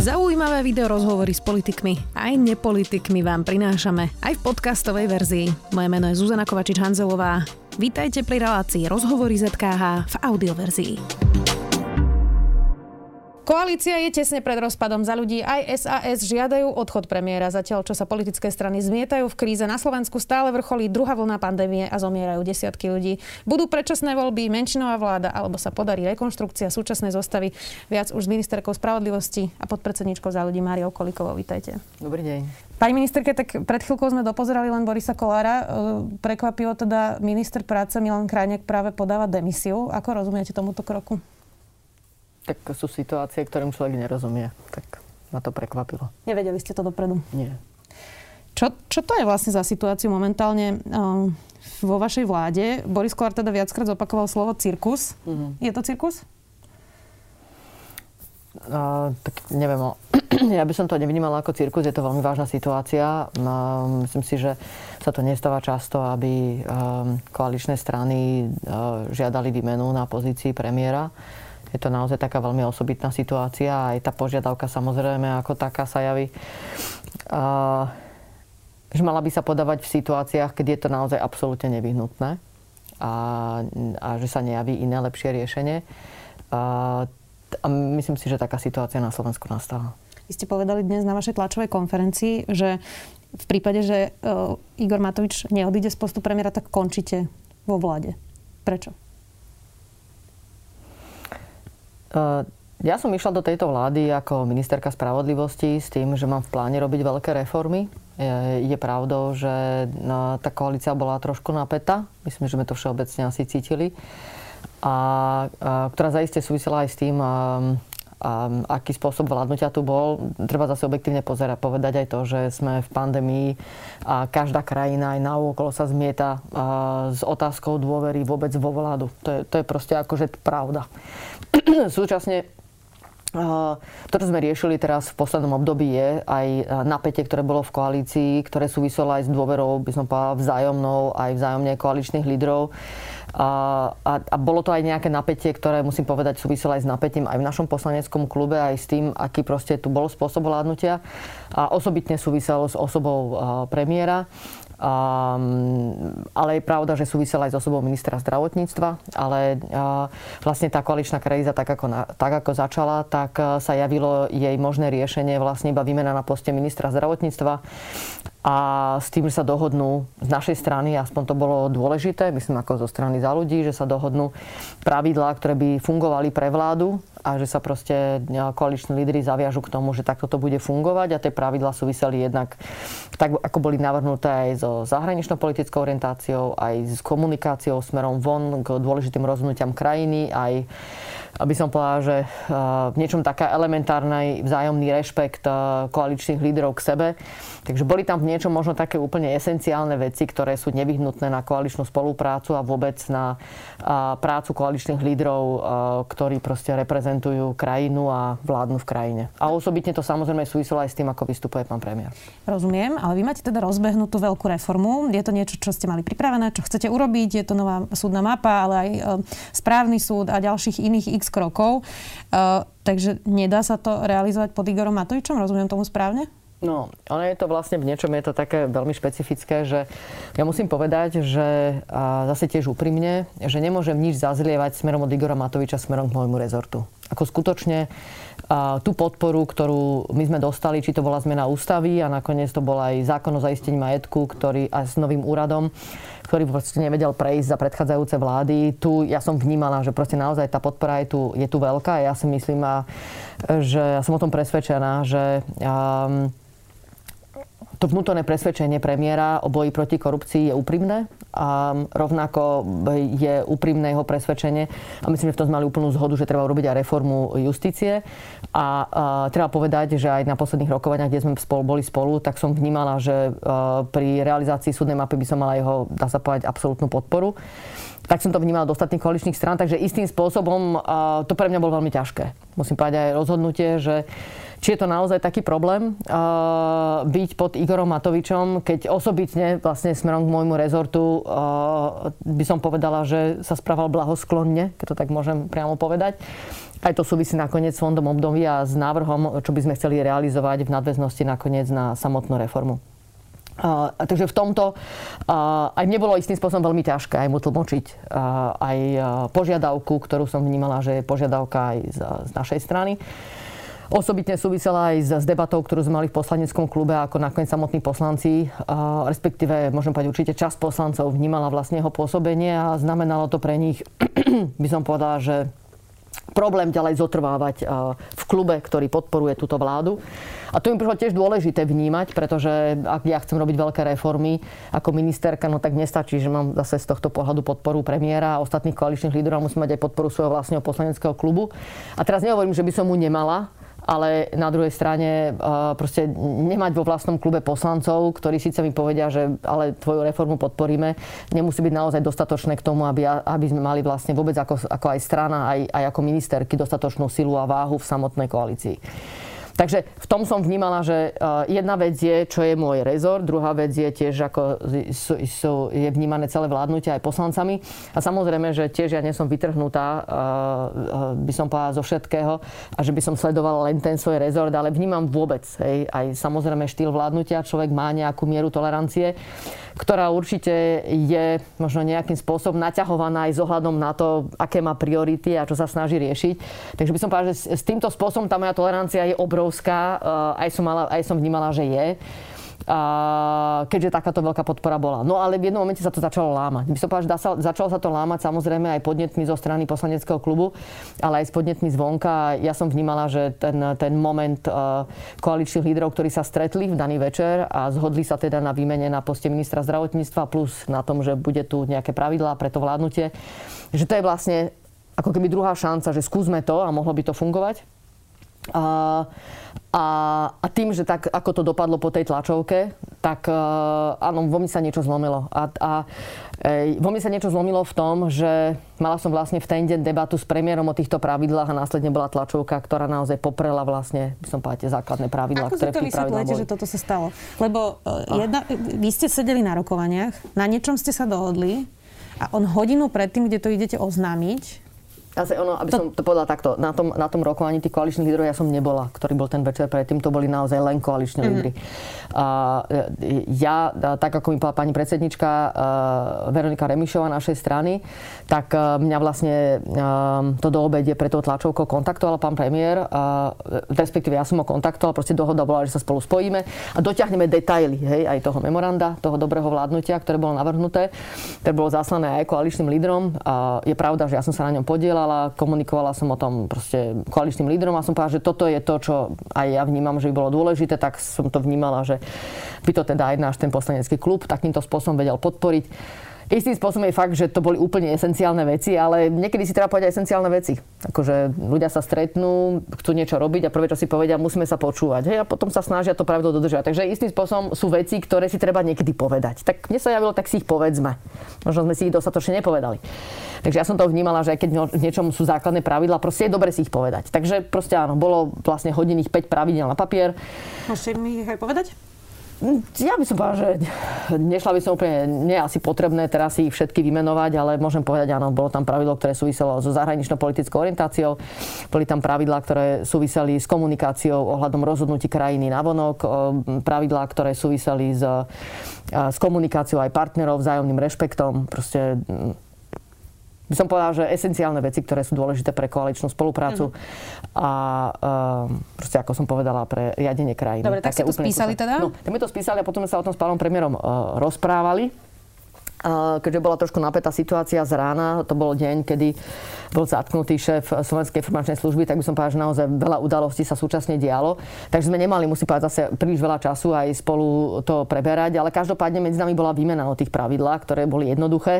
Zaujímavé video rozhovory s politikmi aj nepolitikmi vám prinášame aj v podcastovej verzii. Moje meno je Zuzana Kovačič-Hanzelová. Vítajte pri relácii Rozhovory ZKH v audioverzii. Koalícia je tesne pred rozpadom. Za ľudí aj SAS žiadajú odchod premiéra. Zatiaľ, čo sa politické strany zmietajú v kríze, na Slovensku stále vrcholí druhá vlna pandémie a zomierajú desiatky ľudí. Budú predčasné voľby, menšinová vláda, alebo sa podarí rekonštrukcia súčasnej zostavy. Viac už s ministerkou spravodlivosti a podpredsedníčkou Za ľudí Máriou Kolíkovou. Vítajte. Dobrý deň. Pani ministerke, tak pred chvíľkou sme dopozerali len Borisa Kollára. Prekvapilo teda minister práce Milan Krajniak práve podáva demisiu. Ako rozumiete tomuto kroku? Tak sú situácie, ktorým človek nerozumie. Tak ma to prekvapilo. Nevedeli ste to dopredu? Nie. Čo to je vlastne za situáciu momentálne vo vašej vláde? Boris Kollár teda viackrát zopakoval slovo cirkus. Mm-hmm. Je to cirkus? Tak neviem. Ja by som to nevnímala ako cirkus. Je to veľmi vážna situácia. Myslím si, že sa to nestáva často, aby koaličné strany žiadali výmenu na pozícii premiéra. Je to naozaj taká veľmi osobitná situácia a aj tá požiadavka samozrejme ako taká sa javí, že mala by sa podávať v situáciách, keď je to naozaj absolútne nevyhnutné a že sa nejaví iné lepšie riešenie. A myslím si, že taká situácia na Slovensku nastala. Vy ste povedali dnes na vašej tlačovej konferencii, že v prípade, že Igor Matovič neodíde z postu premiéra, tak končíte vo vláde. Prečo? Ja som išla do tejto vlády ako ministerka spravodlivosti s tým, že mám v pláne robiť veľké reformy. Je pravdou, že tá koalícia bola trošku napätá. Myslím, že sme to všeobecne asi cítili. A ktorá zaiste súvisela aj s tým, aký spôsob vládnutia tu bol. Treba zase objektívne povedať aj to, že sme v pandémii a každá krajina aj naokolo sa zmieta s otázkou dôvery vôbec vo vládu. To je proste akože pravda. Súčasne to, čo sme riešili teraz v poslednom období, je aj napätie, ktoré bolo v koalícii, ktoré súviselo aj s dôverou, by som povedala, vzájomnou, aj vzájomne koaličných lídrov. A bolo to aj nejaké napätie, ktoré, musím povedať, súviselo aj s napätím aj v našom poslaneckom klube, aj s tým, aký proste tu bol spôsob vládnutia. A osobitne súviselo s osobou premiéra. Ale je pravda, že súvisela aj s osobou ministra zdravotníctva, ale vlastne tá koaličná kríza, tak ako začala, tak sa javilo jej možné riešenie vlastne iba výmena na poste ministra zdravotníctva a s tým, že sa dohodnú z našej strany, aspoň to bolo dôležité, myslím ako zo strany Za ľudí, že sa dohodnú pravidlá, ktoré by fungovali pre vládu a že sa proste koaliční lídri zaviažu k tomu, že takto to bude fungovať a tie pravidlá súviseli jednak tak, ako boli navrhnuté aj so zahranično-politickou orientáciou, aj s komunikáciou smerom von k dôležitým rozhodnutiam krajiny, aj aby som povedala, že v niečom taká elementárny vzájomný rešpekt koaličných lídrov k sebe. Takže boli tam v niečom možno také úplne esenciálne veci, ktoré sú nevyhnutné na koaličnú spoluprácu a vôbec na prácu koaličných lídrov, ktorí proste reprezentujú krajinu a vládnu v krajine. A osobitne to samozrejme súviselo aj s tým, ako vystupuje pán premiér. Rozumiem, ale vy máte teda rozbehnutú veľkú reformu. Je to niečo, čo ste mali pripravené, čo chcete urobiť, je to nová súdna mapa, ale aj správny súd a ďalších iných x krokov. Takže nedá sa to realizovať pod Igorom Matovičom? Rozumiem tomu správne? No, ale je to vlastne v niečom, je to také veľmi špecifické, že ja musím povedať, že zase tiež úprimne, že nemôžem nič zazlievať smerom od Igora Matoviča smerom k môjmu rezortu. Ako skutočne tú podporu, ktorú my sme dostali, či to bola zmena ústavy a nakoniec to bol aj zákon o zaistení majetku, ktorý aj s novým úradom, ktorý proste nevedel prejsť za predchádzajúce vlády. Tu ja som vnímala, že proste naozaj tá podpora je tu veľká. Ja si myslím, že ja som o tom presvedčená, že to vnútorné presvedčenie premiéra o boji proti korupcii je úprimné a rovnako je úprimné jeho presvedčenie a myslím, že v tom sme mali úplnú zhodu, že treba urobiť aj reformu justície a treba povedať, že aj na posledných rokovaniach, kde sme boli spolu, tak som vnímala, že pri realizácii súdnej mapy by som mala jeho, dá sa povedať, absolútnu podporu. Tak som to vnímal od ostatných koaličných strán, takže istým spôsobom to pre mňa bolo veľmi ťažké. Musím povedať aj rozhodnutie, že či je to naozaj taký problém byť pod Igorom Matovičom, keď osobitne vlastne smerom k môjmu rezortu by som povedala, že sa správal blahosklonne, keď to tak môžem priamo povedať. Aj to súvisí nakoniec s fondom obnovy a s návrhom, čo by sme chceli realizovať v nadväznosti nakoniec na samotnú reformu. Takže v tomto aj mne bolo istým spôsobom veľmi ťažké aj mu tlmočiť aj požiadavku, ktorú som vnímala, že je požiadavka aj z našej strany. Osobitne súvisela aj s debatou, ktorú sme mali v poslaneckom klube, ako nakoniec samotní poslanci, respektíve môžem povedať určite časť poslancov vnímala vlastne jeho pôsobenie a znamenalo to pre nich, by som povedala, že problém ďalej zotrvávať v klube, ktorý podporuje túto vládu. A to mi prišlo tiež dôležité vnímať, pretože ak ja chcem robiť veľké reformy ako ministerka, no tak nestačí, že mám zase z tohto pohľadu podporu premiéra a ostatných koaličných líderov, musím mať aj podporu svojho vlastného poslaneckého klubu. A teraz nehovorím, že by som mu nemala, ale na druhej strane proste nemať vo vlastnom klube poslancov, ktorí síce mi povedia, že ale tvoju reformu podporíme, nemusí byť naozaj dostatočné k tomu, aby sme mali vlastne vôbec ako aj strana, aj ako ministerky dostatočnú silu a váhu v samotnej koalícii. Takže v tom som vnímala, že jedna vec je, čo je môj rezort, druhá vec je tiež, ako je vnímané celé vládnutie aj poslancami. A samozrejme, že tiež ja nie som vytrhnutá, by som povedala, zo všetkého a že by som sledovala len ten svoj rezort, ale vnímam vôbec, hej, aj samozrejme štýl vládnutia. Človek má nejakú mieru tolerancie, ktorá určite je možno nejakým spôsobom naťahovaná aj s ohľadom na to, aké má priority a čo sa snaží riešiť. Takže by som povedala, že s týmto spôsobom tá moja tolerancia je obrovská. Aj som vnímala, že je. Keďže takáto veľká podpora bola. No ale v jednom momente sa to začalo lámať. By som povedala, že začalo sa to lámať samozrejme aj podnetmi zo strany poslaneckého klubu, ale aj s podnetmi zvonka. Ja som vnímala, že ten moment koaličných lídrov, ktorí sa stretli v daný večer a zhodli sa teda na výmene na poste ministra zdravotníctva plus na tom, že bude tu nejaké pravidlá pre to vládnutie, že to je vlastne ako keby druhá šanca, že skúsme to a mohlo by to fungovať. A tým, že tak, ako to dopadlo po tej tlačovke, tak áno, vo mne sa niečo zlomilo. Vo mne sa niečo zlomilo v tom, že mala som vlastne v ten deň debatu s premiérom o týchto pravidlách a následne bola tlačovka, ktorá naozaj poprela vlastne, by som povedala, tie základné pravidlá, ktoré v tých pravidlách boli. Ako si to vysvetľujete, že toto sa stalo? Lebo vy ste sedeli na rokovaniach, na niečom ste sa dohodli a on hodinu predtým, kde to idete oznámiť, aby som to povedala takto, na tom rokovaní tých koaličných lídrov ja som nebola, ktorý bol ten večer predtým, to boli naozaj len koaliční lídri. Ja, tak ako mi povedala pani predsednička Veronika Remišová našej strany, tak mňa vlastne to do obede pre tou tlačovkou kontaktoval pán premiér, respektíve ja som ho kontaktoval, proste dohoda bola, že sa spolu spojíme a dotiahneme detaily, hej, aj toho memoranda, toho dobrého vládnutia, ktoré bolo navrhnuté, ktoré bolo zaslané aj koaličným lídrom. Je pravda, že ja som sa na ňom podielala, komunikovala som o tom proste koaličným lídrom a som povedala, že toto je to, čo aj ja vnímam, že by bolo dôležité, tak som to vnímala, že by to teda aj náš ten poslanecký klub takýmto spôsobom vedel podporiť. Istým spôsobom je fakt, že to boli úplne esenciálne veci, ale niekedy si treba povedať esenciálne veci. Akože ľudia sa stretnú, chcú niečo robiť a prvé, čo si povedia, musíme sa počúvať. Hej, a potom sa snažia to pravidlo dodržať. Takže istým spôsobom sú veci, ktoré si treba niekedy povedať. Tak mne sa javilo, tak si ich povedzme. Možno sme si ich dostatočne nepovedali. Takže ja som to vnímala, že aj keď v niečom sú základné pravidlá, proste je dobre si ich povedať. Takže proste áno, bolo vlastne hodinných 5 pravidel na papier. Môžete mi ich aj povedať? Ja by som povedala, že nešla by som úplne, nie asi potrebné teraz si ich všetky vymenovať, ale môžem povedať, áno, bolo tam pravidlo, ktoré súviselo so zahranično-politickou orientáciou, boli tam pravidlá, ktoré súviseli s komunikáciou ohľadom rozhodnutí krajiny navonok, pravidlá, ktoré súviseli s komunikáciou aj partnerov, vzájomným rešpektom, proste by som povedala, že esenciálne veci, ktoré sú dôležité pre koaličnú spoluprácu a proste, ako som povedala, pre riadenie krajiny. Dobre, tak ste to spísali teda? No, my to spísali a potom sme sa o tom s pánom premiérom rozprávali. Keďže bola trošku napätá situácia z rána, to bol deň, kedy bol zatknutý šéf Slovenskej informačnej služby, tak by som povedala, že naozaj veľa udalostí sa súčasne dialo. Takže sme nemali, musím povedať, zase príliš veľa času aj spolu to preberať, ale každopádne medzi nami bola výmena o tých pravidlách, ktoré boli jednoduché.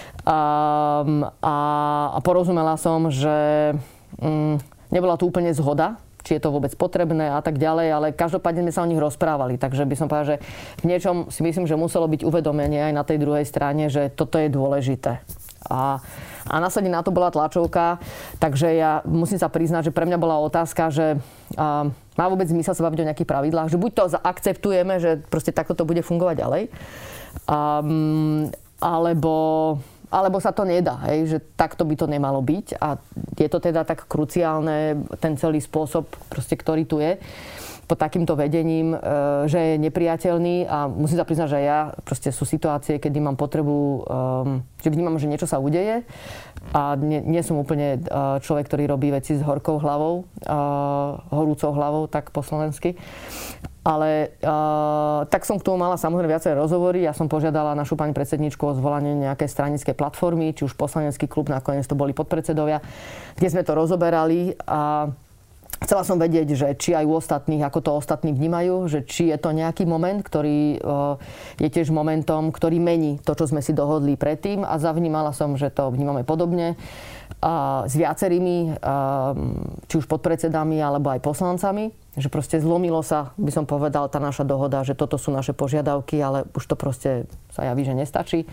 A porozumela som, že nebola tu úplne zhoda, či je to vôbec potrebné a tak ďalej, ale každopádne sme sa o nich rozprávali. Takže by som povedala, že v niečom si myslím, že muselo byť uvedomenie aj na tej druhej strane, že toto je dôležité. A následne na to bola tlačovka, takže ja musím sa priznať, že pre mňa bola otázka, že má vôbec zmysel sa baviť o nejakých pravidlách, že buď to akceptujeme, že proste takto to bude fungovať ďalej, alebo sa to nedá, hej, že takto by to nemalo byť a je to teda tak kruciálne, ten celý spôsob, proste, ktorý tu je pod takýmto vedením, že je nepriateľný a musím sa priznať, že ja proste sú situácie, kedy mám potrebu, že vnímam, že niečo sa udeje a nie som úplne človek, ktorý robí veci s horkou hlavou, horúcou hlavou, tak po slovensky. Ale tak som k tomu mala samozrejme viaceré rozhovory. Ja som požiadala našu pani predsedničku o zvolanie nejakej stranickej platformy, či už poslanecký klub, nakoniec to boli podpredsedovia, kde sme to rozoberali a chcela som vedieť, že či aj u ostatných, ako to ostatní vnímajú, že či je to nejaký moment, ktorý je tiež momentom, ktorý mení to, čo sme si dohodli predtým a zavnímala som, že to vnímame podobne s viacerými, či už podpredsedami, alebo aj poslancami, že proste zlomilo sa, by som povedal, tá naša dohoda, že toto sú naše požiadavky, ale už to proste sa javí, že nestačí.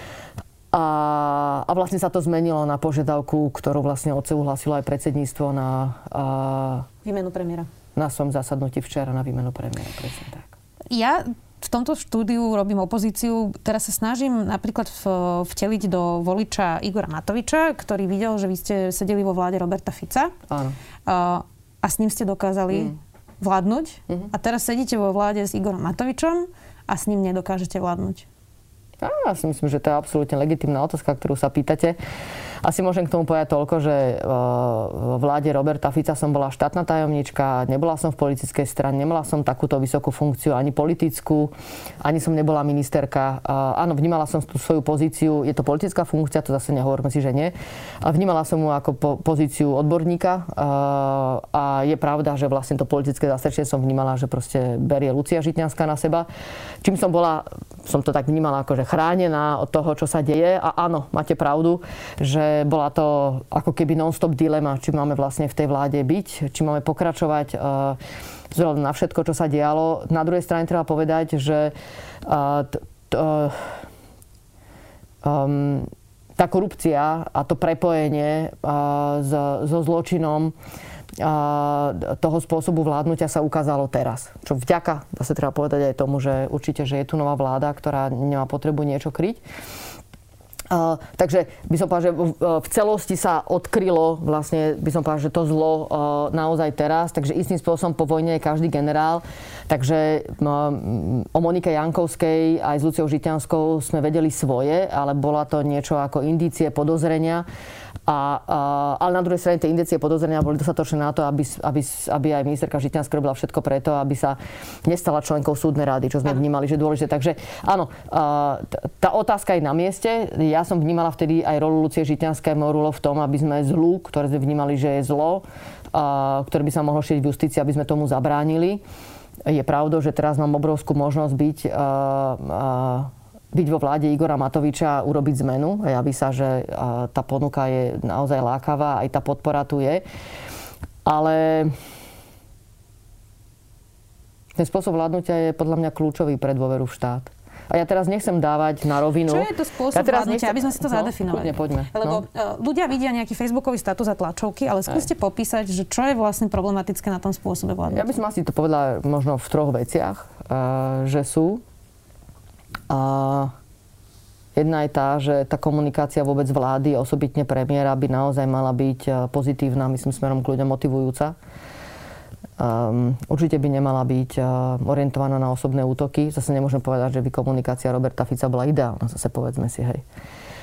A vlastne sa to zmenilo na požiadavku, ktorú vlastne odsúhlasilo aj predsedníctvo na výmenu premiéra. Na svojom zasadnutí včera na výmenu premiéra. Presne tak. Ja v tomto štúdiu robím opozíciu. Teraz sa snažím napríklad vteliť do voliča Igora Matoviča, ktorý videl, že vy ste sedeli vo vláde Roberta Fica. Áno. A s ním ste dokázali vládnuť. A teraz sedíte vo vláde s Igorom Matovičom a s ním nedokážete vládnuť. Ja si myslím, že to je absolútne legitímna otázka, ktorú sa pýtate. Asi môžem k tomu povedať toľko, že vo vláde Roberta Fica som bola štátna tajomníčka, nebola som v politickej strane, nemala som takúto vysokú funkciu, ani politickú, ani som nebola ministerka. Áno, vnímala som tú svoju pozíciu, je to politická funkcia, to zase nehovoríme si, že nie. A vnímala som ju ako pozíciu odborníka a je pravda, že vlastne to politické zastrešenie som vnímala, že proste berie Lucia Žitňanská na seba. Čím som to tak vnímala akože chránená od toho, čo sa deje. A áno, máte pravdu, že bola to ako keby non-stop dilema, či máme vlastne v tej vláde byť, či máme pokračovať vzhľadom na všetko, čo sa dialo. Na druhej strane treba povedať, že tá korupcia a to prepojenie so zločinom toho spôsobu vládnutia sa ukázalo teraz. Čo vďaka, zase treba povedať aj tomu, že určite, že je tu nová vláda, ktorá nemá potrebu niečo kryť. Takže by som povedal, že v celosti sa odkrylo vlastne, by som povedal, že to zlo naozaj teraz. Takže istým spôsobom po vojne je každý generál. Takže o Monike Jankovskej aj s Luciou Žitňanskou sme vedeli svoje, ale bola to niečo ako indície, podozrenia. Ale na druhej strane tie indície podozrenia boli dostatočné na to, aby aj ministerka Žitňanská robila všetko preto, aby sa nestala členkou súdnej rady, čo sme vnímali, že je dôležité. Takže áno, tá otázka je na mieste. Ja som vnímala vtedy aj rolu Lucie Žitňanskej rolu v tom, aby sme zlu, ktoré sme vnímali, že je zlo, ktoré by sa mohlo šíriť v justícii, aby sme tomu zabránili. Je pravdou, že teraz mám obrovskú možnosť byť vo vláde Igora Matoviča a urobiť zmenu. Javí sa, že tá ponuka je naozaj lákavá, aj tá podpora tu je. Ale ten spôsob vládnutia je podľa mňa kľúčový pre dôveru v štát. A ja teraz nechcem dávať na rovinu. Čo je to spôsob vládnutia, aby sme si to zadefinovali? Poďme. Lebo ľudia vidia nejaký facebookový status a tlačovky, ale skúste popísať, že čo je vlastne problematické na tom spôsobe vládnutia. Ja by som asi to povedala možno v troch veciach, že sú. Jedna je tá, že tá komunikácia vôbec vlády, osobitne premiéra, by naozaj mala byť pozitívna, myslím, smerom k ľuďom motivujúca. Určite by nemala byť orientovaná na osobné útoky. Zase nemôžem povedať, že by komunikácia Roberta Fica bola ideálna, zase povedzme si, hej.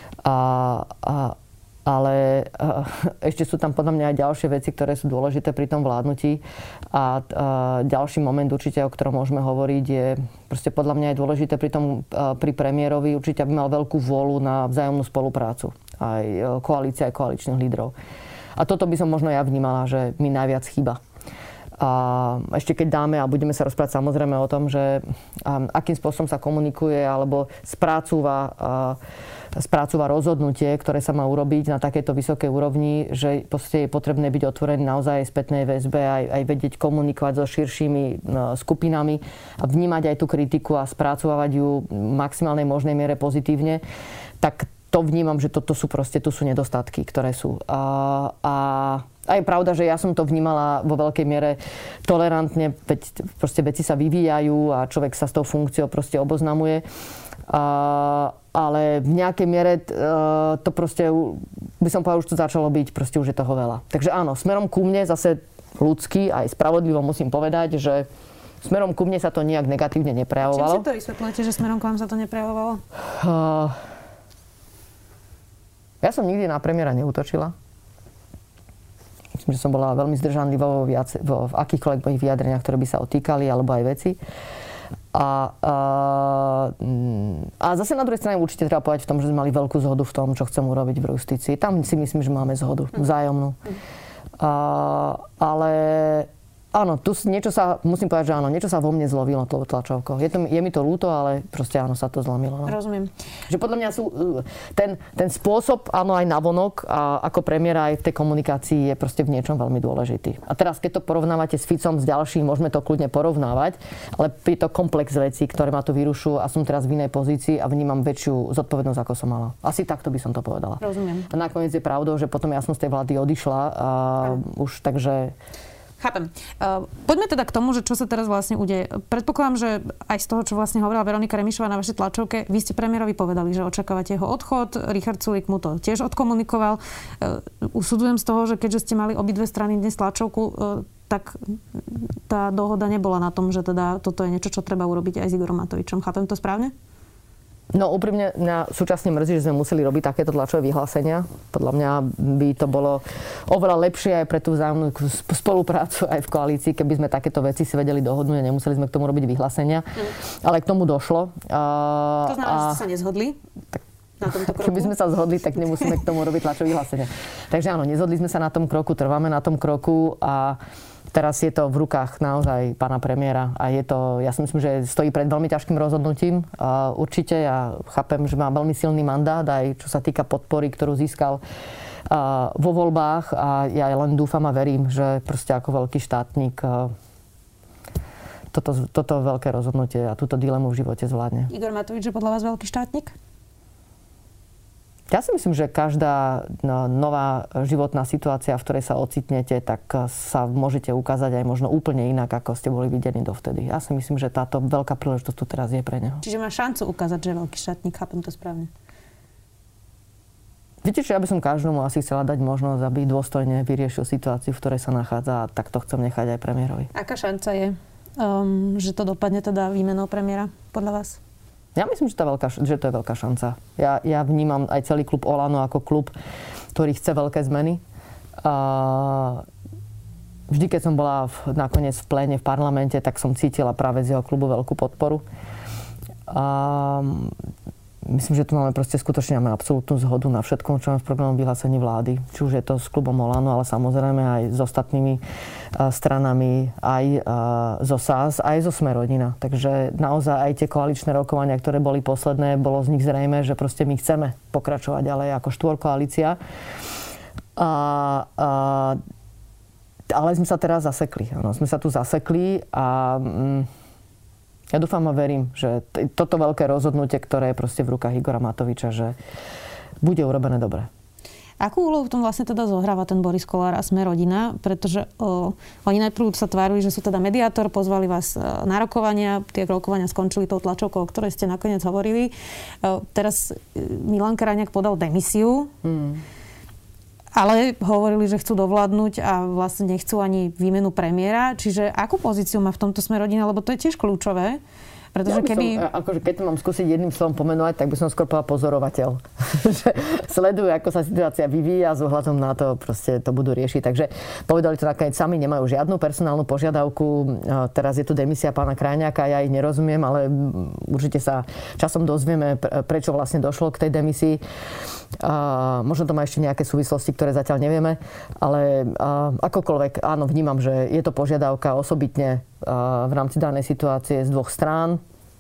Ale ešte sú tam podľa mňa aj ďalšie veci, ktoré sú dôležité pri tom vládnutí. A ďalší moment určite, o ktorom môžeme hovoriť, je proste podľa mňa je dôležité pri premiérovi určite, aby mal veľkú vôľu na vzájomnú spoluprácu. Aj koalícia, aj koaličných lídrov. A toto by som možno ja vnímala, že mi najviac chýba. A ešte keď dáme a budeme sa rozprávať samozrejme o tom, že akým spôsobom sa komunikuje alebo spracúva rozhodnutie, ktoré sa má urobiť na takejto vysokej úrovni, že je potrebné byť otvorený naozaj spätnej väzbe, aj vedieť komunikovať so širšími skupinami a vnímať aj tú kritiku a spracovávať ju v maximálnej možnej miere pozitívne, tak to vnímam, že tu sú nedostatky, ktoré sú. A je pravda, že ja som to vnímala vo veľkej miere tolerantne, veď proste veci sa vyvíjajú a človek sa s tou funkciou proste oboznamuje. Ale v nejakej miere to proste, by som povedal, už to začalo byť, proste už je toho veľa. Takže áno, smerom ku mne zase ľudsky, aj spravodlivo musím povedať, že smerom ku mne sa to nejak negatívne neprejavovalo. Čím si to vysvetľujete, že smerom k vám sa to neprejavovalo? Ja som nikdy na premiéra neútočila. Myslím, že som bola veľmi zdržanlivá v akýchkoľvek mojich vyjadreniach, ktoré by sa otýkali, alebo aj veci. A zase na druhej strane určite treba povedať v tom, že sme mali veľkú zhodu v tom, čo chcem urobiť v justícii. Tam si myslím, že máme zhodu vzájomnú. Ale áno, tu niečo sa, musím povedať, že áno, niečo sa vo mne zlomilo tou tlačovkou. Je mi to ľúto, ale proste áno, sa to zlomilo. No. Rozumiem. Že podľa mňa sú ten spôsob, áno, aj navonok a ako premiéra aj v tej komunikácii je proste v niečom veľmi dôležitý. A teraz, keď to porovnávate s Ficom, s ďalším, môžeme to kľudne porovnávať, ale je to komplex vecí, ktoré ma tu vyrušujú a som teraz v inej pozícii a vnímam väčšiu zodpovednosť, ako som mala. Asi takto by som to povedala. Rozumiem. A nakoniec je pravdou, že potom ja som z tej vlády odišla a už takže... Chápem. Poďme teda k tomu, že čo sa teraz vlastne udeje. Predpokladám, že aj z toho, čo vlastne hovorila Veronika Remišová na vašej tlačovke, vy ste premiérovi povedali, že očakávate jeho odchod. Richard Sulík mu to tiež odkomunikoval. Usudzujem z toho, že keďže ste mali obidve strany dnes tlačovku, tak tá dohoda nebola na tom, že teda toto je niečo, čo treba urobiť aj s Igorom Matovičom. Chápem to správne? No úprimne mňa súčasne mrzí, že sme museli robiť takéto tlačové vyhlásenia. Podľa mňa by to bolo oveľa lepšie aj pre tú vzájomnú spoluprácu aj v koalícii, keby sme takéto veci si vedeli dohodnúť a nemuseli sme k tomu robiť vyhlásenia. Ale k tomu došlo. To znamená, že ste sa nezhodli? Na tomto kroku? Keby sme sa zhodli, tak nemusíme k tomu robiť tlačové vyhlásenia. Takže áno, nezhodli sme sa na tom kroku, trváme na tom kroku a teraz je to v rukách naozaj pána premiéra a je to, ja si myslím, že stojí pred veľmi ťažkým rozhodnutím. Určite ja chápem, že má veľmi silný mandát aj čo sa týka podpory, ktorú získal vo voľbách a ja len dúfam a verím, že proste ako veľký štátnik toto veľké rozhodnutie a túto dilemu v živote zvládne. Igor Matovič je podľa vás veľký štátnik? Ja si myslím, že každá nová životná situácia, v ktorej sa ocitnete, tak sa môžete ukázať aj možno úplne inak, ako ste boli videní dovtedy. Ja si myslím, že táto veľká príležitosť tu teraz je pre neho. Čiže má šancu ukázať, že je veľký štátnik, chápem to správne. Viete, že ja by som každému asi chcela dať možnosť, aby dôstojne vyriešil situáciu, v ktorej sa nachádza a tak to chcem nechať aj premiérovi. Aká šanca je, že to dopadne teda výmenou premiéra podľa vás? Ja myslím, že to je veľká šanca. Ja vnímam aj celý klub Olano ako klub, ktorý chce veľké zmeny. Vždy, keď som bola nakoniec v pléne v parlamente, tak som cítila práve z jeho klubu veľkú podporu. Myslím, že tu máme proste skutočne absolútnu zhodu na všetkom, čo máme v programovom vyhlásení vlády. Či už je to s klubom Olano, ale samozrejme aj s ostatnými stranami, aj zo SAS, aj zo Sme rodina. Takže naozaj aj tie koaličné rokovania, ktoré boli posledné, bolo z nich zrejme, že proste my chceme pokračovať ďalej ako štvorkoalícia. Ale sme sa teraz zasekli. Ano, sme sa tu zasekli a... Ja dúfam a verím, že toto veľké rozhodnutie, ktoré je proste v rukách Igora Matoviča, že bude urobené dobre. Akú úlohu v tom vlastne teda zohráva ten Boris Kollár a Sme rodina? Pretože oni najprv sa tvárili, že sú teda mediátor, pozvali vás na rokovania, tie rokovania skončili tou tlačovkou, o ktorej ste nakoniec hovorili. Teraz Milan Krajniak podal demisiu. Ale hovorili, že chcú dovládnuť a vlastne nechcú ani výmenu premiéra. Čiže akú pozíciu má v tomto Sme rodina? Lebo to je tiež kľúčové. Pretože keď to mám skúsiť jedným slovom pomenovať, tak by som skôr povedal pozorovateľ. Sledujú, ako sa situácia vyvíja a s ohľadom na to proste to budú riešiť. Takže povedali to nakoniec sami, nemajú žiadnu personálnu požiadavku. Teraz je tu demisia pána Krajniaka, ja ich nerozumiem, ale určite sa časom dozvieme, prečo vlastne došlo k tej demisii. Možno to má ešte nejaké súvislosti, ktoré zatiaľ nevieme, ale akokoľvek, áno, vnímam, že je to požiadavka osobitne v rámci danej situácie z dvoch strán.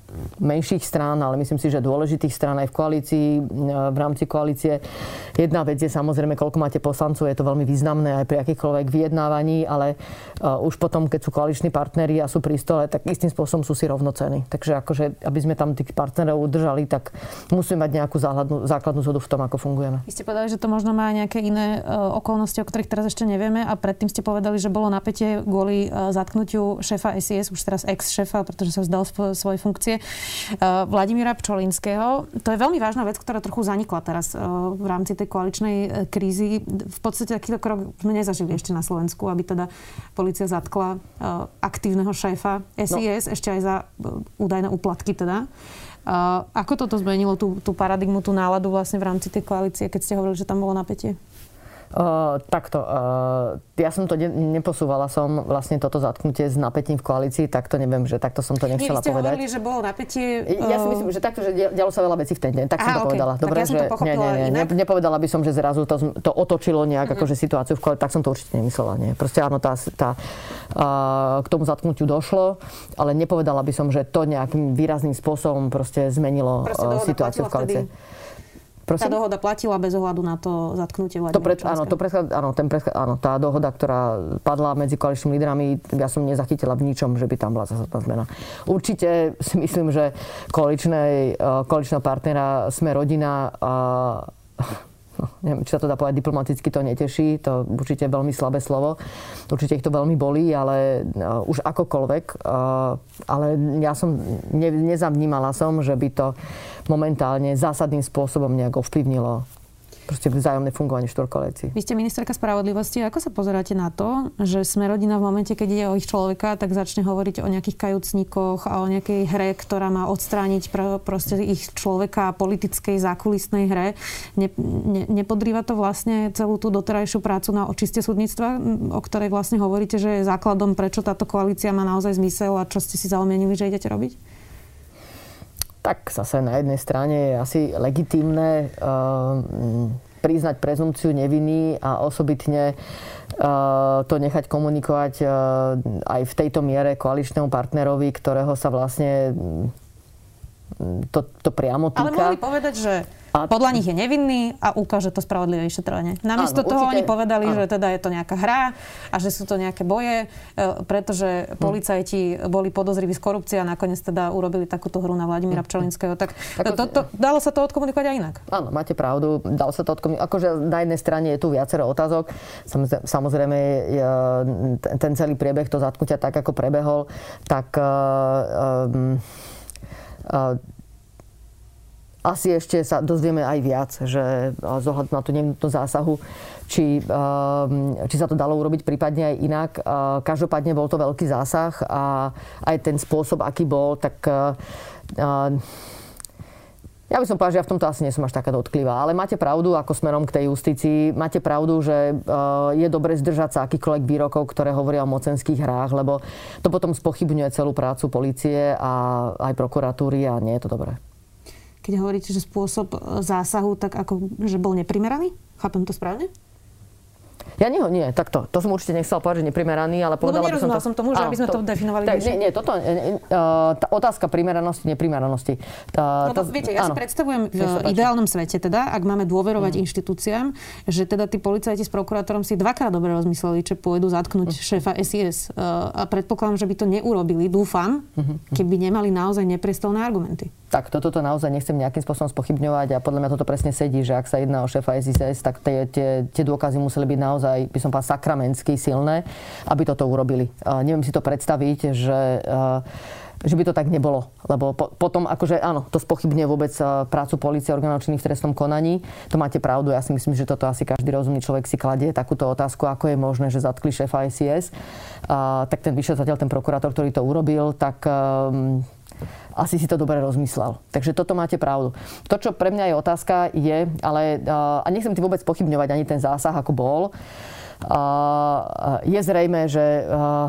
menších strán, ale myslím si, že dôležitých strán aj v koalícii, v rámci koalície. Jedna vec je samozrejme, koľko máte poslancov, je to veľmi významné aj pri akýchkoľvek vyjednávaní, ale už potom, keď sú koaliční partneri a sú pri stole, tak istým spôsobom sú si rovnocenní. Takže akože, aby sme tam tých partnerov udržali, tak musíme mať nejakú základnú zhodu v tom, ako fungujeme. Vy ste povedali, že to možno má nejaké iné okolnosti, o ktorých teraz ešte nevieme, a predtým ste povedali, že bolo napätie kvôli zatknutiu šéfa SIS, už teraz ex-šéfa, pretože sa vzdal svojej funkcie, Vladimíra Pčolinského. To je veľmi vážna vec, ktorá trochu zanikla teraz v rámci tej koaličnej krízy. V podstate takýto krok sme nezažili ešte na Slovensku, aby teda polícia zatkla aktívneho šéfa SIS, ešte aj za údajné úplatky teda. Ako toto zmenilo tú paradigmu, tú náladu vlastne v rámci tej koalície, keď ste hovorili, že tam bolo napätie? Takto. Ja som to neposúvala som vlastne toto zatknutie s napätím v koalícii, tak to neviem, že takto som to nechcela povedať. Vy ste hovorili, že bolo napätie... Ja si myslím, že takto, že dialo sa veľa vecí v ten deň. Tak som to povedala. Dobre, tak ja som to pochopila inak. Nepovedala by som, že zrazu to otočilo nejak akože situáciu v koalícii. Tak som to určite nemyslela. Nie. Proste áno, k tomu zatknutiu došlo, ale nepovedala by som, že to nejakým výrazným spôsobom proste zmenilo situáciu v koalícii. Prosím? Tá dohoda platila bez ohľadu na to zatknutie Vladimíra Pčolinského. Tá dohoda, ktorá padla medzi koaličnými lídrami, ja som nezachytila v ničom, že by tam bola zásadná zmena. Určite si myslím, že koaličného partnera Sme rodina, neviem, či sa to dá povedať diplomaticky, to neteší, to určite veľmi slabé slovo. Určite ich to veľmi bolí, ale už akokoľvek. Ale ja som nezavnímala som, že by to momentálne zásadným spôsobom nejak ovplyvnilo proste vzájomné fungovanie štvorkoalícií. Vy ste ministerka spravodlivosti. Ako sa pozeráte na to, že Sme rodina v momente, keď ide o ich človeka, tak začne hovoriť o nejakých kajúcnikoch a o nejakej hre, ktorá má odstrániť proste ich človeka politickej zákulisnej hre. Nepodrýva to vlastne celú tú doterajšiu prácu na očiste súdnictva, o ktorej vlastne hovoríte, že je základom, prečo táto koalícia má naozaj zmysel a čo ste si zaumienili, že idete robiť? Tak zase na jednej strane je asi legitímne priznať prezumpciu neviny a osobitne to nechať komunikovať aj v tejto miere koaličnému partnerovi, ktorého sa vlastne to priamo týka. Ale mohli povedať, že podľa nich je nevinný a ukáže to spravodlivé vyšetrovanie. Namiesto toho oni povedali, že teda je to nejaká hra a že sú to nejaké boje, pretože policajti boli podozriví z korupcie a nakoniec teda urobili takúto hru na Vladimíra Pčolinského. Tak dalo sa to odkomunikovať aj inak. Áno, máte pravdu. Dalo sa to odkomunikovať. Akože na jednej strane je tu viacero otázok. Samozrejme ten celý priebeh, to zatknutia tak, ako prebehol, tak asi ešte sa dozvieme aj viac, že z ohľadu na tú nevyhnutnosť zásahu, či sa to dalo urobiť prípadne aj inak. Každopádne bol to veľký zásah a aj ten spôsob, aký bol, tak ja by som povedal, že ja v tomto asi nie som až taká dotkliva. Ale máte pravdu, ako smerom k tej justícii. Máte pravdu, že je dobre zdržať sa akýchkoľvek výrokov, ktoré hovoria o mocenských hrách, lebo to potom spochybňuje celú prácu polície a aj prokuratúry a nie je to dobré. Keď hovoríte, že spôsob zásahu, tak ako, že bol neprimeraný? Chápem to správne? Ja nie, takto. To som určite nechcela povedať, že neprimeraný, ale povedala by som to... som tomu, že aby sme to definovali. Nie, toto... Tá otázka primeranosti, neprimeranosti. Viete, ja si predstavujem v ideálnom svete teda, ak máme dôverovať inštitúciám, že teda tí policajti s prokurátorom si dvakrát dobre rozmysleli, či pôjdu zatknúť šéfa SIS. A predpokladám, že by to neurobili, dúfam, keby nemali naozaj nepriestolné argumenty. Tak, toto naozaj nechcem nejakým spôsobom spochybňovať a podľa mňa toto presne sedí, že ak sa jedná o šéfa SIS, tak tie dôkazy museli byť naozaj, by som povedal, sakramensky silné, aby toto urobili. Neviem si to predstaviť, že by to tak nebolo. Lebo potom, akože áno, to spochybňuje vôbec prácu polície, orgánov činných v trestnom konaní. To máte pravdu. Ja si myslím, že toto asi každý rozumný človek si kladie takúto otázku, ako je možné, že zatkli šéfa SIS. Tak ten vyšetrovateľ, ten prokurátor, ktorý to urobil, tak asi si to dobre rozmyslel. Takže toto máte pravdu. To, čo pre mňa je otázka, je, ale a nechcem ti vôbec pochybňovať ani ten zásah, ako bol. Je zrejme, že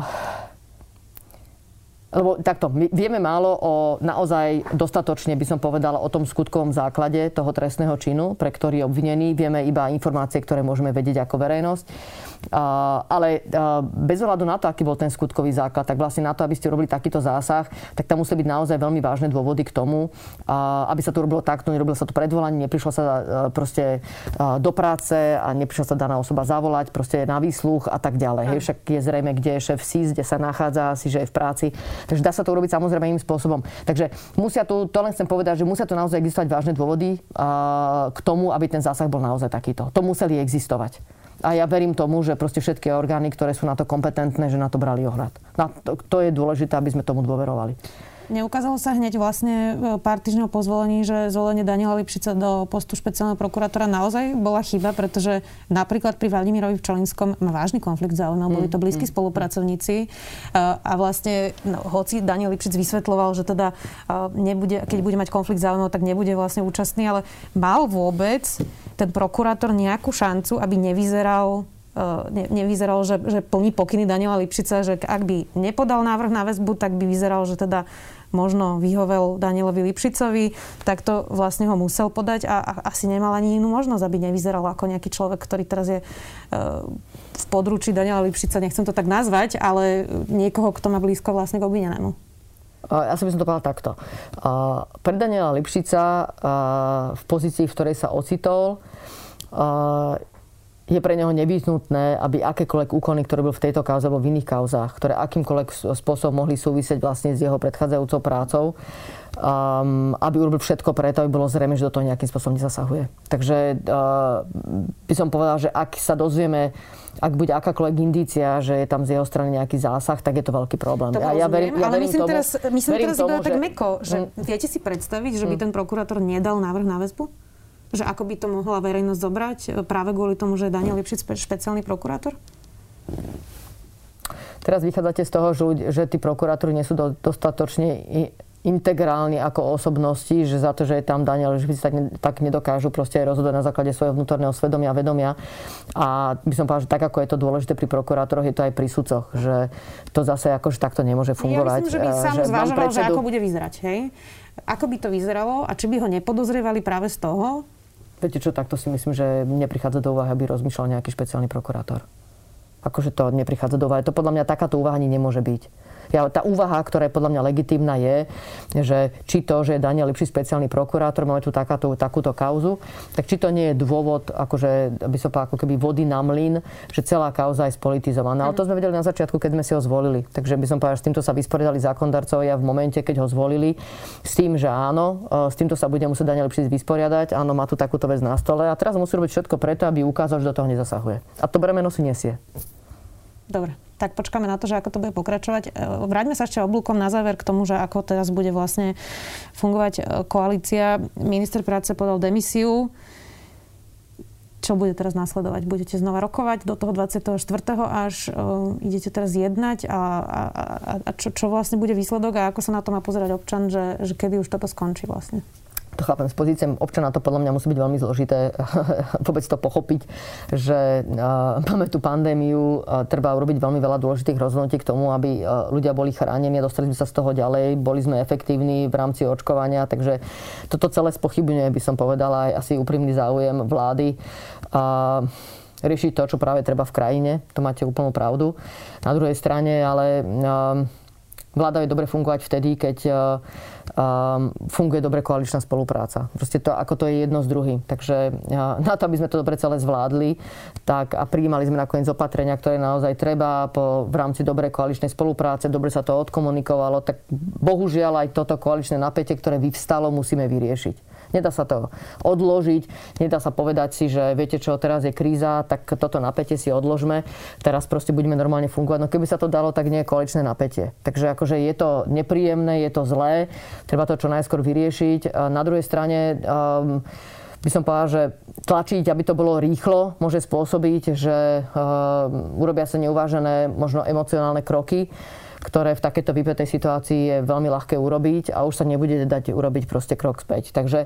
lebo takto, my vieme málo o naozaj dostatočne, by som povedala, o tom skutkovom základe toho trestného činu, pre ktorý je obvinený. Vieme iba informácie, ktoré môžeme vedieť ako verejnosť. Ale bez ohľadu na to, aký bol ten skutkový základ, tak vlastne na to, aby ste robili takýto zásah, tak tam museli byť naozaj veľmi vážne dôvody k tomu, aby sa to robilo takto, nerobilo sa to predvolanie, neprišlo sa proste do práce a neprišla sa daná osoba zavolať proste na výsluch a tak ďalej. Hej, však je zrejme, kde je šéf SIS, kde sa nachádza, asi že je v práci. Takže dá sa to urobiť samozrejme iným spôsobom. Takže to len chcem povedať, že musia tu naozaj existovať vážne dôvody k tomu, aby ten zásah bol naozaj takýto. To museli existovať. A ja verím tomu, že proste všetky orgány, ktoré sú na to kompetentné, že na to brali ohľad. To je dôležité, aby sme tomu dôverovali. Neukázalo sa hneď vlastne pár týždňov po zvolení, že zvolenie Daniela Lipšica do postu špeciálneho prokurátora naozaj bola chyba, pretože napríklad pri Vladimirovi Pčolinskom má vážny konflikt záujmov, boli to blízki spolupracovníci a vlastne hoci Daniel Lipšic vysvetľoval, že teda keď bude mať konflikt záujmov, tak nebude vlastne účastný, ale mal vôbec ten prokurátor nejakú šancu, aby nevyzeral, že plní pokyny Daniela Lipšica, že ak by nepodal návrh na väzbu, tak by vyzeral, že teda možno vyhovel Danielovi Lipšicovi, tak to vlastne ho musel podať a asi nemal ani inú možnosť, aby nevyzeral ako nejaký človek, ktorý teraz je v područí Daniela Lipšica, nechcem to tak nazvať, ale niekoho, kto má blízko vlastne k obvinenému. Ja som by som to povedal takto. Pre Daniela Lipšica v pozícii, v ktorej sa ocitol, je pre neho nevyhnutné, aby akékoľvek úkony, ktoré bol v tejto kauze alebo v iných kauzách, ktoré akýmkoľvek spôsobom mohli súvisieť vlastne s jeho predchádzajúcou prácou, aby urobil všetko preto, aby bolo zrejme, že do toho nejakým spôsobom nezasahuje. Takže by som povedal, že ak sa dozvieme, ak bude akákoľvek indícia, že je tam z jeho strany nejaký zásah, tak je to veľký problém. Ja myslím teraz iba tak mäkko, že viete si predstaviť, že by ten prokurátor nedal návrh na väzbu? Že ako by to mohla verejnosť zobrať práve kvôli tomu, že je Daniel Lipšic špeciálny prokurátor? Teraz vychádzate z toho, že tí prokurátori nie sú dostatočne integrálni ako osobnosti, že za to, že je tam Daniel Lipšic, tak nedokážu proste rozhodovať na základe svojho vnútorného svedomia a vedomia. A by som povedal, že tak ako je to dôležité pri prokurátoroch, je to aj pri sudcoch, že to zase akože takto nemôže fungovať. Ja myslím, že by sám zvážoval, že ako bude vyzerať, hej? Ako by to vyzeralo a či by ho nepodozrievali práve z toho? Viete čo, takto si myslím, že neprichádza do úvahy, aby rozmýšľal nejaký špeciálny prokurátor. Akože to neprichádza do úvahy. To podľa mňa takáto úvaha ani nemôže byť. Tá úvaha, ktorá je podľa mňa legitímna, je, že či to, že je Daniel Lipšic špeciálny prokurátor, máme tu takúto kauzu, tak či to nie je dôvod, akože by som povedal, ako keby vody na mlyn, že celá kauza je spolitizovaná. Ale to sme vedeli na začiatku, keď sme si ho zvolili. Takže by som povedal, že s týmto sa vysporiadali zákonodarcovia v momente, keď ho zvolili, s tým, že áno, s týmto sa bude musieť Daniel Lipšic vysporiadať, áno, má tu takúto vec na stole a teraz musí robiť všetko preto, aby ukázal, že do toho nezasahuje. A to bremeno si nesie. Dobre, tak počkáme na to, že ako to bude pokračovať. Vráťme sa ešte oblúkom na záver k tomu, že ako teraz bude vlastne fungovať koalícia. Minister práce podal demisiu. Čo bude teraz nasledovať? Budete znova rokovať do toho 24. až idete teraz jednať a čo vlastne bude výsledok a ako sa na to má pozerať občan, že kedy už toto skončí vlastne? To chápem, z pozície občana to podľa mňa musí byť veľmi zložité vôbec to pochopiť, že máme tú pandémiu, treba urobiť veľmi veľa dôležitých rozhodnutí k tomu, aby ľudia boli chránení a dostali sme sa z toho ďalej, boli sme efektívni v rámci očkovania, takže toto celé spochybňuje, by som povedala, aj asi úprimný záujem vlády riešiť to, čo práve treba v krajine, to máte úplnú pravdu. Na druhej strane, ale vláda vie dobre fungovať vtedy, keď funguje dobre koaličná spolupráca. Proste to, ako to je jedno s druhým. Takže na to, aby sme to dobre celé zvládli, tak a prijímali sme nakoniec opatrenia, ktoré naozaj treba v rámci dobrej koaličnej spolupráce, dobre sa to odkomunikovalo, tak bohužiaľ aj toto koaličné napätie, ktoré vyvstalo, musíme vyriešiť. Nedá sa to odložiť, nedá sa povedať si, že viete čo, teraz je kríza, tak toto napätie si odložme, teraz proste budeme normálne fungovať. No keby sa to dalo, tak nie je koaličné napätie. Takže akože je to nepríjemné, je to zlé, treba to čo najskôr vyriešiť. Na druhej strane by som povedal, že tlačiť, aby to bolo rýchlo, môže spôsobiť, že urobia sa neuvážené, možno emocionálne kroky, ktoré v takejto vypätej situácii je veľmi ľahké urobiť a už sa nebude dať urobiť proste krok späť. Takže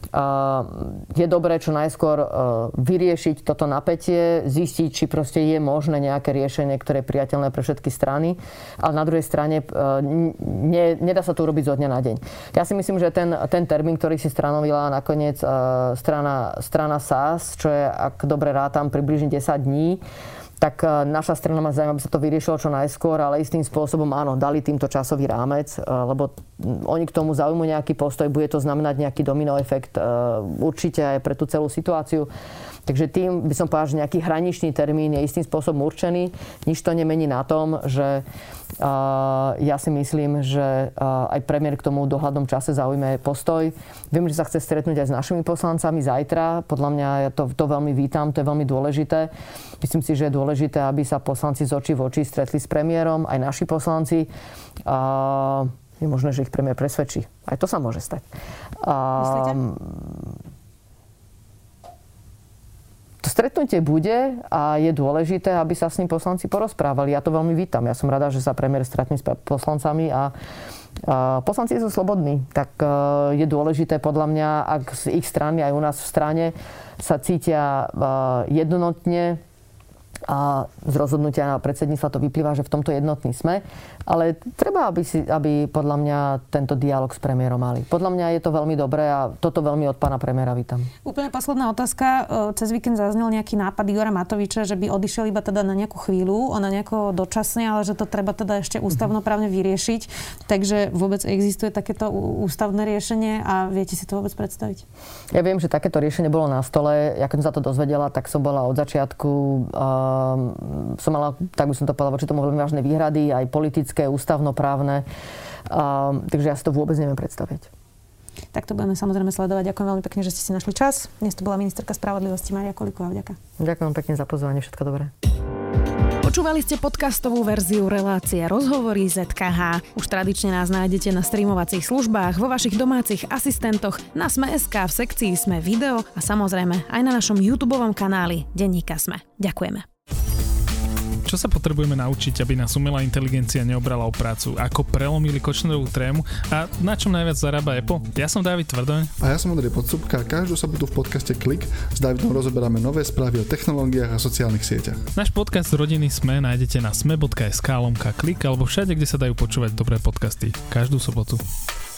je dobré čo najskôr vyriešiť toto napätie, zistiť, či proste je možné nejaké riešenie, ktoré je priateľné pre všetky strany, ale na druhej strane nedá sa to urobiť zo dňa na deň. Ja si myslím, že ten termín, ktorý si stanovila nakoniec strana SAS, čo je, ak dobre rátam, približne 10 dní, tak naša strana má záujem, aby sa to vyriešilo čo najskôr, ale istým spôsobom áno, dali týmto časový rámec, lebo oni k tomu zaujmú nejaký postoj, bude to znamenať nejaký domino efekt určite aj pre tú celú situáciu. Takže tým by som povedal, že nejaký hraničný termín je istým spôsobom určený. Nič to nemení na tom, že ja si myslím, že aj premiér k tomu v dohľadnom čase zaujme postoj. Viem, že sa chce stretnúť aj s našimi poslancami zajtra. Podľa mňa ja to veľmi vítam, to je veľmi dôležité. Myslím si, že je dôležité, aby sa poslanci z očí v oči stretli s premiérom, aj naši poslanci. Je možné, že ich premiér presvedčí. Aj to sa môže stať. Myslíte? To stretnutie bude a je dôležité, aby sa s ním poslanci porozprávali. Ja to veľmi vítam. Ja som rada, že sa premiér stretne s poslancami a poslanci sú slobodní. Tak je dôležité podľa mňa, ak z ich strany aj u nás v strane sa cítia jednotne a z rozhodnutia predsedníctva to vyplýva, že v tomto jednotní sme. Ale treba, aby podľa mňa tento dialog s premiérom mali. Podľa mňa je to veľmi dobré a toto veľmi od pána premiéra vítam. Úplne posledná otázka. Cez víkend zaznel nejaký nápad Igora Matoviča, že by odišiel iba teda na nejakú chvíľu, na nejako dočasne, ale že to treba teda ešte ústavnoprávne vyriešiť. Takže vôbec existuje takéto ústavné riešenie a viete si to vôbec predstaviť? Ja viem, že takéto riešenie bolo na stole. Ja keď som sa to dozvedela, tak som bola od začiatku som mala, tak by som to povedala, voči tomu veľmi vážne výhrady, aj politické, ústavnoprávne. Takže ja si to vôbec neviem predstaviť. Tak to budeme samozrejme sledovať. Ďakujem veľmi pekne, že ste si našli čas. Dnes to bola ministerka spravodlivosti Mária Kolíková. Vďaka. Ďakujem pekne za pozvanie. Všetko dobré. Počúvali ste podcastovú verziu relácie Rozhovory ZKH. Už tradične nás nájdete na streamovacích službách, vo vašich domácich asistentoch, na Sme.sk, v sekcii Sme video a samozrejme aj na našom YouTubeovom kanáli Denníka Sme. Ďakujeme. Čo sa potrebujeme naučiť, aby nás umelá inteligencia neobrala o prácu? Ako prelomili Kočnerovú trému? A na čom najviac zarába Apple? Ja som Dávid Tvrdoň. A ja som Ondrej Podsúbka. Každú sobotu v podcaste Klik s Dávidom rozoberáme nové správy o technológiách a sociálnych sieťach. Náš podcast Rodiny Sme nájdete na sme.sk/klik alebo všade, kde sa dajú počúvať dobré podcasty. Každú sobotu.